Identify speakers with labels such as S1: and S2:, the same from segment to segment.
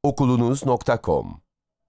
S1: okulunuz.com.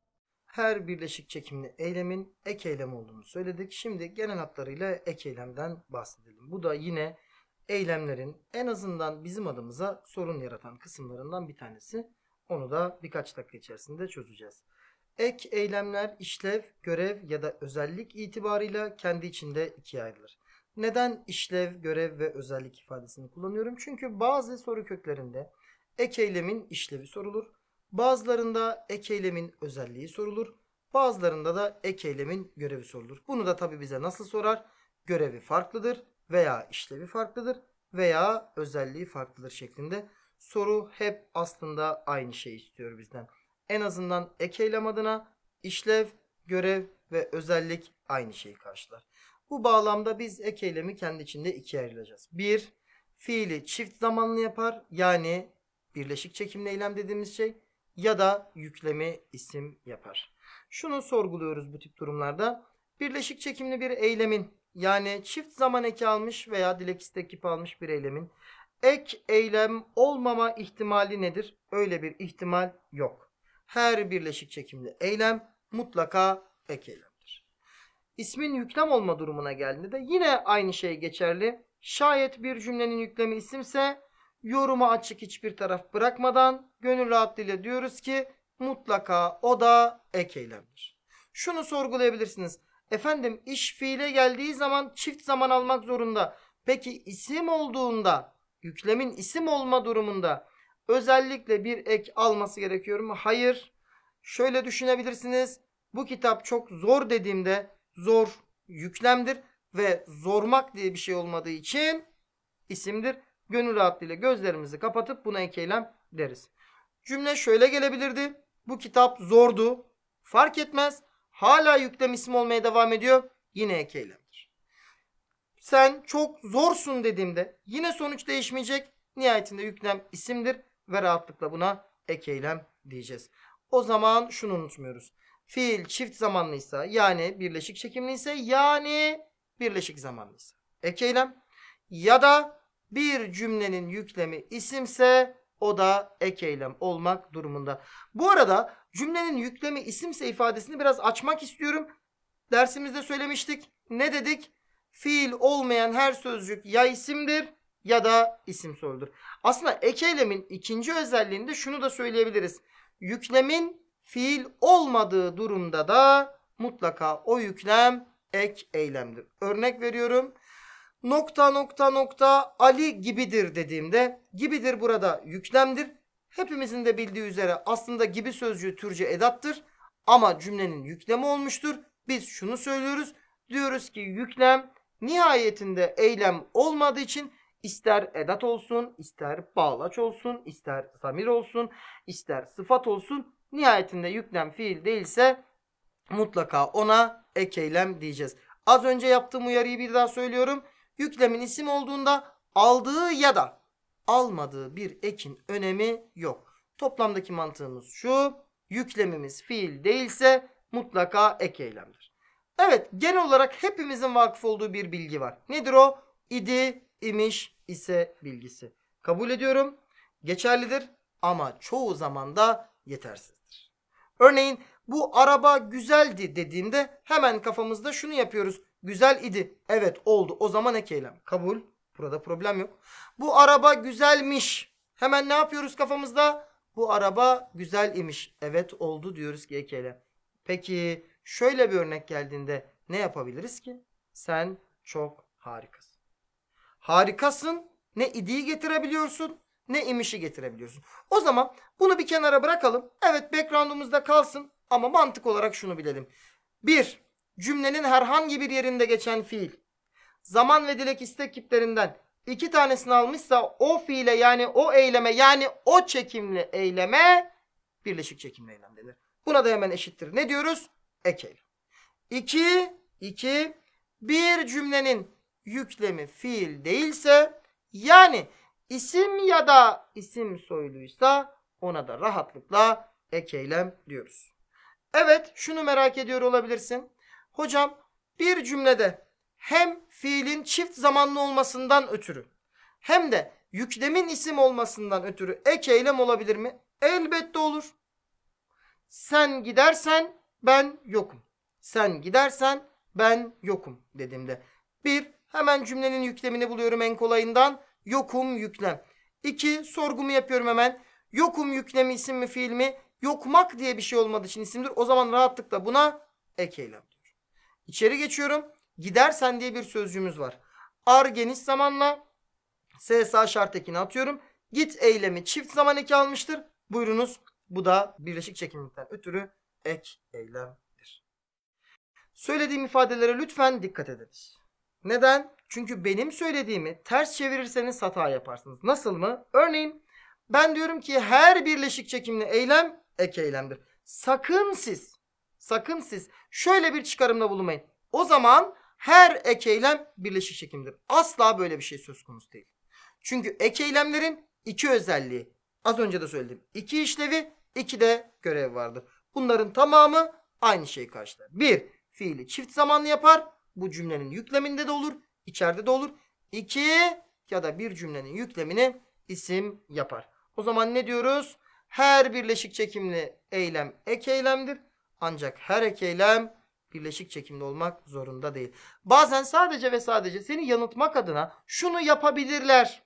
S2: Her birleşik çekimli eylemin ek eylem olduğunu söyledik. Şimdi genel hatlarıyla ek eylemden bahsedelim. Bu da yine eylemlerin en azından bizim adımıza sorun yaratan kısımlarından bir tanesi. Onu da birkaç dakika içerisinde çözeceğiz. Ek eylemler işlev, görev ya da özellik itibarıyla kendi içinde ikiye ayrılır. Neden işlev, görev ve özellik ifadesini kullanıyorum? Çünkü bazı soru köklerinde ek eylemin işlevi sorulur. Bazılarında ek eylemin özelliği sorulur. Bazılarında da ek eylemin görevi sorulur. Bunu da tabi bize nasıl sorar? Görevi farklıdır veya işlevi farklıdır veya özelliği farklıdır şeklinde. Soru hep aslında aynı şeyi istiyor bizden. En azından ek eylem adına işlev, görev ve özellik aynı şeyi karşılar. Bu bağlamda biz ek eylemi kendi içinde ikiye ayıracağız. Bir, fiili çift zamanlı yapar, yani birleşik çekimli eylem dediğimiz şey, ya da yüklemi isim yapar. Şunu sorguluyoruz bu tip durumlarda. Birleşik çekimli bir eylemin, yani çift zaman eki almış veya dilek istek kipi almış bir eylemin ek eylem olmama ihtimali nedir? Öyle bir ihtimal yok. Her birleşik çekimli eylem mutlaka ek eylemdir. İsmin yüklem olma durumuna geldiğinde de yine aynı şey geçerli. Şayet bir cümlenin yüklemi isimse yoruma açık hiçbir taraf bırakmadan gönül rahatlığıyla diyoruz ki mutlaka o da ek eylemdir. Şunu sorgulayabilirsiniz. Efendim iş fiile geldiği zaman çift zaman almak zorunda. Peki isim olduğunda, yüklemin isim olma durumunda özellikle bir ek alması gerekiyor mu? Hayır. Şöyle düşünebilirsiniz. Bu kitap çok zor dediğimde zor yüklemdir ve zormak diye bir şey olmadığı için isimdir. Gönül rahatlığıyla gözlerimizi kapatıp buna ek eylem deriz. Cümle şöyle gelebilirdi. Bu kitap zordu. Fark etmez. Hala yüklem isim olmaya devam ediyor. Yine ek eylemdir. Sen çok zorsun dediğimde yine sonuç değişmeyecek. Nihayetinde yüklem isimdir ve rahatlıkla buna ek eylem diyeceğiz. O zaman şunu unutmuyoruz. Fiil çift zamanlıysa, yani birleşik çekimliyse, yani birleşik zamanlıysa ek eylem, ya da bir cümlenin yüklemi isimse o da ek eylem olmak durumunda. Bu arada cümlenin yüklemi isimse ifadesini biraz açmak istiyorum. Dersimizde söylemiştik. Ne dedik? Fiil olmayan her sözcük ya isimdir ya da isim sorudur. Aslında ek eylemin ikinci özelliğinde şunu da söyleyebiliriz. Yüklemin fiil olmadığı durumda da mutlaka o yüklem ek eylemdir. Örnek veriyorum. Nokta nokta nokta Ali gibidir dediğimde gibidir burada yüklemdir. Hepimizin de bildiği üzere aslında gibi sözcüğü Türkçe edattır ama cümlenin yüklemi olmuştur. Biz şunu söylüyoruz. Diyoruz ki yüklem nihayetinde eylem olmadığı için ister edat olsun, ister bağlaç olsun, ister zamir olsun, ister sıfat olsun, nihayetinde yüklem fiil değilse mutlaka ona ek eylem diyeceğiz. Az önce yaptığım uyarıyı bir daha söylüyorum. Yüklemin isim olduğunda aldığı ya da almadığı bir ekin önemi yok. Toplamdaki mantığımız şu: yüklemimiz fiil değilse mutlaka ek eylemdir. Evet, genel olarak hepimizin vakıf olduğu bir bilgi var. Nedir o? İdi, imiş, ise bilgisi. Kabul ediyorum, geçerlidir ama çoğu zaman da yetersizdir. Örneğin bu araba güzeldi dediğimde hemen kafamızda şunu yapıyoruz. Güzel idi. Evet, oldu. O zaman ek eylem. Kabul. Burada problem yok. Bu araba güzelmiş. Hemen ne yapıyoruz kafamızda? Bu araba güzel imiş. Evet, oldu diyoruz ki ek eylem. Peki şöyle bir örnek geldiğinde ne yapabiliriz ki? Sen çok harikasın. Harikasın. Ne idiyi getirebiliyorsun ne imişi getirebiliyorsun. O zaman bunu bir kenara bırakalım. Evet, background'umuzda kalsın ama mantık olarak şunu bilelim. 1. Cümlenin herhangi bir yerinde geçen fiil zaman ve dilek istek kiplerinden 2 tanesini almışsa o fiile, yani o eyleme, yani o çekimli eyleme birleşik çekimli eylem denir. Buna da hemen eşittir. Ne diyoruz? Ek eylem. 2. Bir cümlenin yüklemi fiil değilse, yani isim ya da isim soyluysa ona da rahatlıkla ek eylem diyoruz. Evet, şunu merak ediyor olabilirsin. Hocam, bir cümlede hem fiilin çift zamanlı olmasından ötürü hem de yüklemin isim olmasından ötürü ek eylem olabilir mi? Elbette olur. sen gidersen ben yokum. Sen gidersen ben yokum dediğimde. 1. Hemen cümlenin yüklemini buluyorum en kolayından. Yokum yüklem. 2. Sorgumu yapıyorum hemen. Yokum yüklemi isim mi fiil mi? Yokmak diye bir şey olmadığı için isimdir. O zaman rahatlıkla buna ek eylem diyor. İçeri geçiyorum. Gidersen diye bir sözcüğümüz var. Ar geniş zamanla SSA şart ekini atıyorum. Git eylemi çift zaman eki almıştır. Buyurunuz. Bu da birleşik çekimlikten ötürü ek eylemdir. Söylediğim ifadelere lütfen dikkat ediniz. Neden? Çünkü benim söylediğimi ters çevirirseniz hata yaparsınız. Nasıl mı? Örneğin ben diyorum ki her birleşik çekimli eylem ek eylemdir. Sakın siz şöyle bir çıkarımda bulunmayın. O zaman her ek eylem birleşik çekimdir. Asla böyle bir şey söz konusu değil. Çünkü ek eylemlerin iki özelliği. Az önce de söyledim. 2 işlevi, 2 de görev vardır. Bunların tamamı aynı şeyi karşılar. 1. Fiili çift zamanlı yapar. Bu cümlenin yükleminde de olur. İçeride de olur. 2. Ya da bir cümlenin yüklemini isim yapar. O zaman ne diyoruz? Her birleşik çekimli eylem ek eylemdir. Ancak her ek eylem birleşik çekimli olmak zorunda değil. Bazen sadece ve sadece seni yanıltmak adına şunu yapabilirler.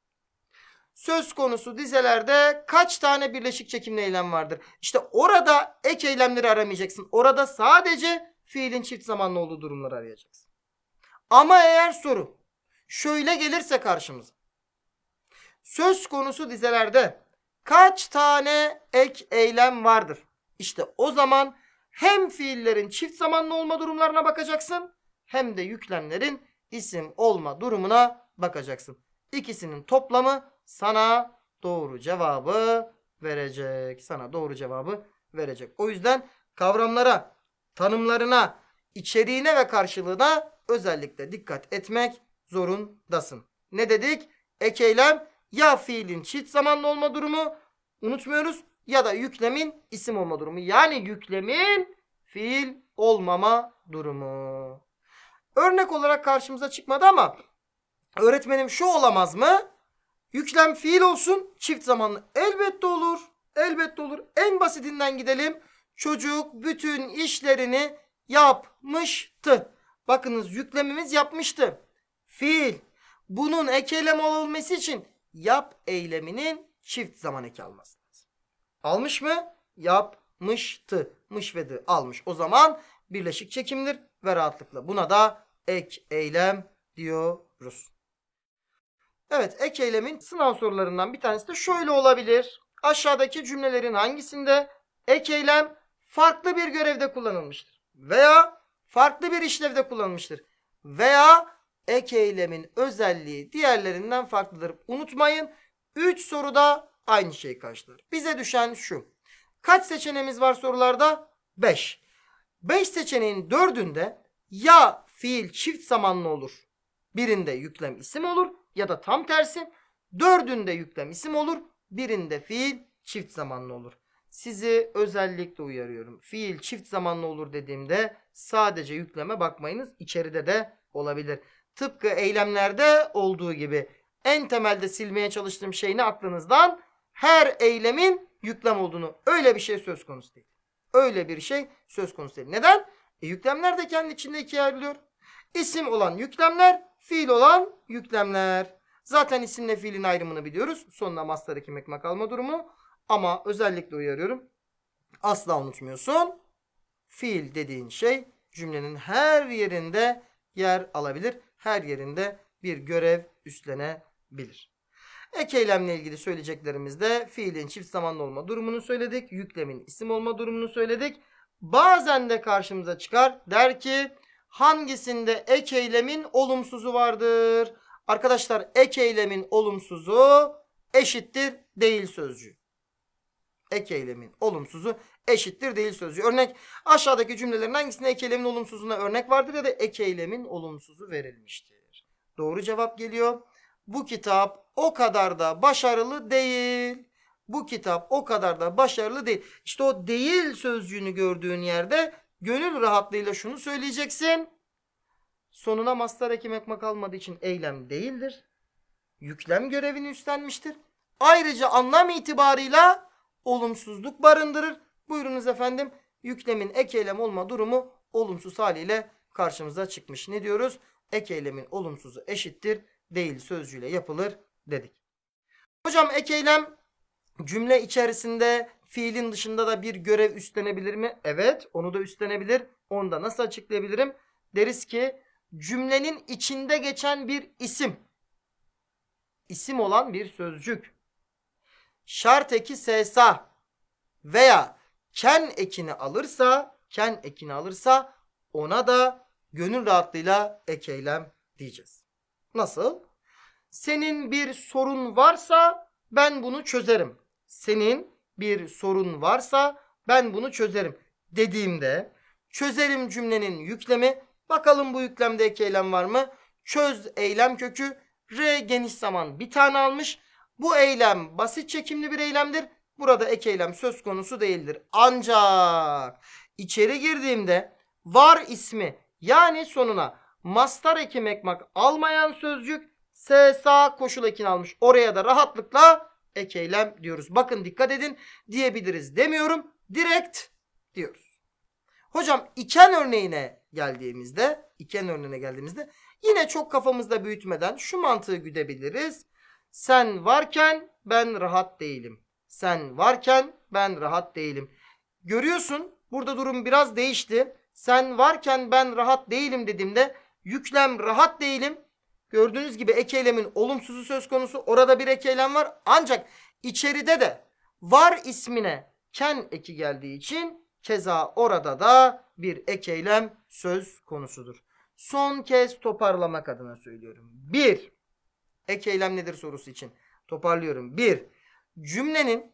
S2: Söz konusu dizelerde kaç tane birleşik çekimli eylem vardır? İşte orada ek eylemleri aramayacaksın. Orada sadece fiilin çift zamanlı olduğu durumları arayacaksın. Ama eğer soru şöyle gelirse karşımıza. Söz konusu dizelerde kaç tane ek eylem vardır? İşte o zaman hem fiillerin çift zamanlı olma durumlarına bakacaksın hem de yüklemlerin isim olma durumuna bakacaksın. İkisinin toplamı sana doğru cevabı verecek. Sana doğru cevabı verecek. O yüzden kavramlara, tanımlarına, içeriğine ve karşılığına özellikle dikkat etmek zorundasın. Ne dedik? Ek eylem ya fiilin çift zamanlı olma durumu unutmuyoruz ya da yüklemin isim olma durumu. Yani yüklemin fiil olmama durumu. Örnek olarak karşımıza çıkmadı ama öğretmenim şu olamaz mı? Yüklem fiil olsun çift zamanlı. Elbette olur. Elbette olur. En basitinden gidelim. Çocuk bütün işlerini yapmıştı. Bakınız yüklemimiz yapmıştı. Fiil. Bunun ek eylem olabilmesi için yap eyleminin çift zaman eki alması lazım. Almış mı? Yapmıştı. Mış ve dı almış. O zaman birleşik çekimdir ve rahatlıkla buna da ek eylem diyoruz. Evet, ek eylemin sınav sorularından bir tanesi de şöyle olabilir. Aşağıdaki cümlelerin hangisinde ek eylem farklı bir görevde kullanılmıştır? Veya farklı bir işlevde kullanılmıştır? Veya ek eylemin özelliği diğerlerinden farklıdır. Unutmayın 3 soruda aynı şeyi karşılar. Bize düşen şu. Kaç seçeneğimiz var sorularda? 5. 5 seçeneğin 4'ünde ya fiil çift zamanlı olur. Birinde yüklem isim olur ya da tam tersi. 4'ünde yüklem isim olur. Birinde fiil çift zamanlı olur. Sizi özellikle uyarıyorum. Fiil çift zamanlı olur dediğimde sadece yükleme bakmayınız. İçeride de olabilir. Tıpkı eylemlerde olduğu gibi en temelde silmeye çalıştığım şey ne aklınızdan? Her eylemin yüklem olduğunu. Öyle bir şey söz konusu değil. Öyle bir şey söz konusu değil. Neden? Yüklemler de kendi içinde ikiye ayrılıyor. İsim olan yüklemler, fiil olan yüklemler. Zaten isimle fiilin ayrımını biliyoruz. Sonuna mastar eki mekmak alma durumu. Ama özellikle uyarıyorum. Asla unutmuyorsun. Fiil dediğin şey cümlenin her yerinde yer alabilir. Her yerinde bir görev üstlenebilir. Ek eylemle ilgili söyleyeceklerimizde fiilin çift zamanlı olma durumunu söyledik. Yüklemin isim olma durumunu söyledik. Bazen de karşımıza çıkar. Der ki hangisinde ek eylemin olumsuzu vardır? Arkadaşlar ek eylemin olumsuzu eşittir değil sözcüğü. Ek eylemin olumsuzu eşittir değil sözcüğü. Örnek aşağıdaki cümlelerin hangisinde ek eylemin olumsuzluğuna örnek vardır ya da ek eylemin olumsuzu verilmiştir. Doğru cevap geliyor. Bu kitap o kadar da başarılı değil. Bu kitap o kadar da başarılı değil. İşte o değil sözcüğünü gördüğün yerde gönül rahatlığıyla şunu söyleyeceksin. Sonuna mastar eki mekmak almadığı için eylem değildir. Yüklem görevini üstlenmiştir. Ayrıca anlam itibarıyla olumsuzluk barındırır. Buyurunuz efendim. Yüklemin ek eylem olma durumu olumsuz haliyle karşımıza çıkmış. Ne diyoruz? Ek eylemin olumsuzu eşittir değil sözcüğüyle yapılır dedik. Hocam ek eylem cümle içerisinde fiilin dışında da bir görev üstlenebilir mi? Evet, onu da üstlenebilir. Onu da nasıl açıklayabilirim? Deriz ki cümlenin içinde geçen bir isim. İsim olan bir sözcük. Şart eki sesa veya ken ekini alırsa ona da gönül rahatlığıyla ek eylem diyeceğiz. Nasıl? Senin bir sorun varsa ben bunu çözerim. Senin bir sorun varsa ben bunu çözerim dediğimde çözerim cümlenin yüklemi. Bakalım bu yüklemde ek eylem var mı? Çöz eylem kökü R geniş zaman bir tane almış. Bu eylem basit çekimli bir eylemdir. Burada ek eylem söz konusu değildir. Ancak içeri girdiğimde var ismi yani sonuna mastar eki mekmak almayan sözcük sesa koşul ekini almış. Oraya da rahatlıkla ek eylem diyoruz. Bakın dikkat edin, diyebiliriz demiyorum. Direkt diyoruz. Hocam iken örneğine geldiğimizde yine çok kafamızda büyütmeden şu mantığı güdebiliriz. Sen varken ben rahat değilim. Sen varken ben rahat değilim. Görüyorsun burada durum biraz değişti. Sen varken ben rahat değilim dediğimde yüklem rahat değilim. Gördüğünüz gibi ek eylemin olumsuzu söz konusu. Orada bir ek eylem var. Ancak içeride de var ismine ken eki geldiği için keza orada da bir ek eylem söz konusudur. Son kez toparlamak adına söylüyorum. 1. Ek eylem nedir sorusu için toparlıyorum. 1. Cümlenin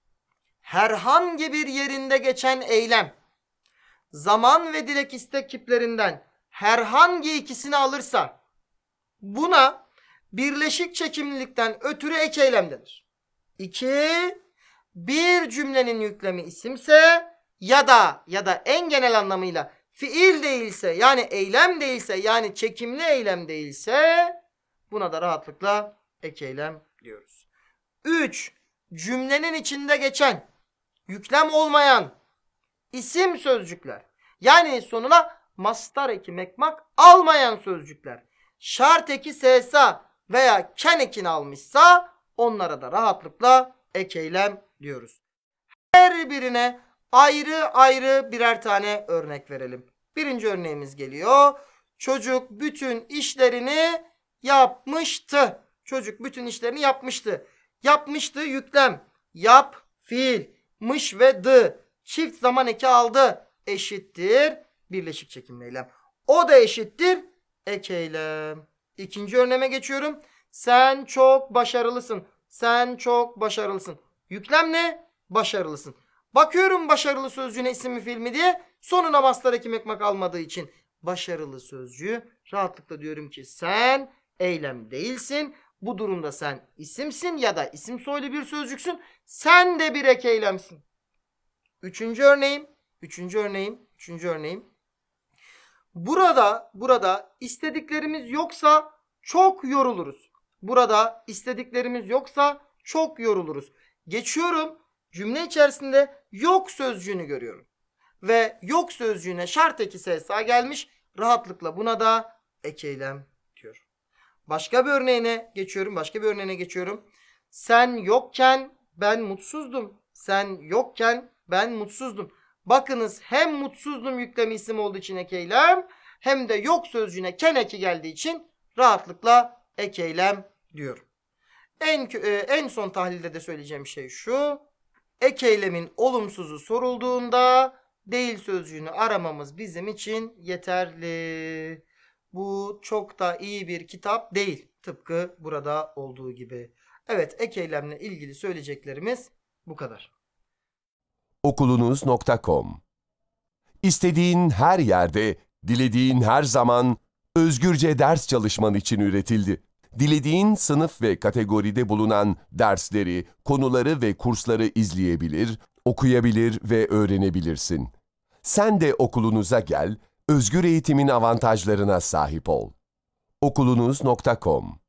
S2: herhangi bir yerinde geçen eylem zaman ve dilek istek kiplerinden herhangi ikisini alırsa buna birleşik çekimlilikten ötürü ek eylem denir. 2. Bir cümlenin yüklemi isimse ya da en genel anlamıyla fiil değilse yani eylem değilse yani çekimli eylem değilse buna da rahatlıkla ek eylem diyoruz. 3. Cümlenin içinde geçen yüklem olmayan isim sözcükler yani sonuna mastar eki mekmak almayan sözcükler şart eki sesa veya ken ekini almışsa onlara da rahatlıkla ek eylem diyoruz. Her birine ayrı ayrı birer tane örnek verelim. Birinci örneğimiz geliyor. Çocuk bütün işlerini yapmıştı. Çocuk bütün işlerini yapmıştı. Yapmıştı yüklem. Yap fiil. Mış ve dı. Çift zaman eki aldı. Eşittir birleşik çekimli eylem. O da eşittir ek eylem. İkinci örneğime geçiyorum. Sen çok başarılısın. Sen çok başarılısın. Yüklem ne? Başarılısın. Bakıyorum başarılı sözcüğüne isim mi fiil mi diye. Sonuna mastar eki mekmak almadığı için başarılı sözcüğü rahatlıkla diyorum ki sen eylem değilsin. Bu durumda sen isimsin ya da isim soylu bir sözcüksün. Sen de bir ek eylemsin. Üçüncü örneğim. Burada istediklerimiz yoksa çok yoruluruz. Geçiyorum. Cümle içerisinde yok sözcüğünü görüyorum. Ve yok sözcüğüne şart eki sesa gelmiş. Rahatlıkla buna da ek eylem diyor. Başka bir örneğine geçiyorum. Sen yokken ben mutsuzdum. Bakınız hem mutsuzdum yüklemi isim olduğu için ek eylem hem de yok sözcüğüne ken eki geldiği için rahatlıkla ek eylem diyorum. En son tahlilde de söyleyeceğim şey şu. Ek eylemin olumsuzu sorulduğunda değil sözcüğünü aramamız bizim için yeterli. Bu çok da iyi bir kitap değil. Tıpkı burada olduğu gibi. Evet, ek eylemle ilgili söyleyeceklerimiz bu kadar.
S1: Okulunuz.com İstediğin her yerde, dilediğin her zaman özgürce ders çalışman için üretildi. Dilediğin sınıf ve kategoride bulunan dersleri, konuları ve kursları izleyebilir, okuyabilir ve öğrenebilirsin. Sen de okulunuza gel, özgür eğitimin avantajlarına sahip ol. Okulunuz.com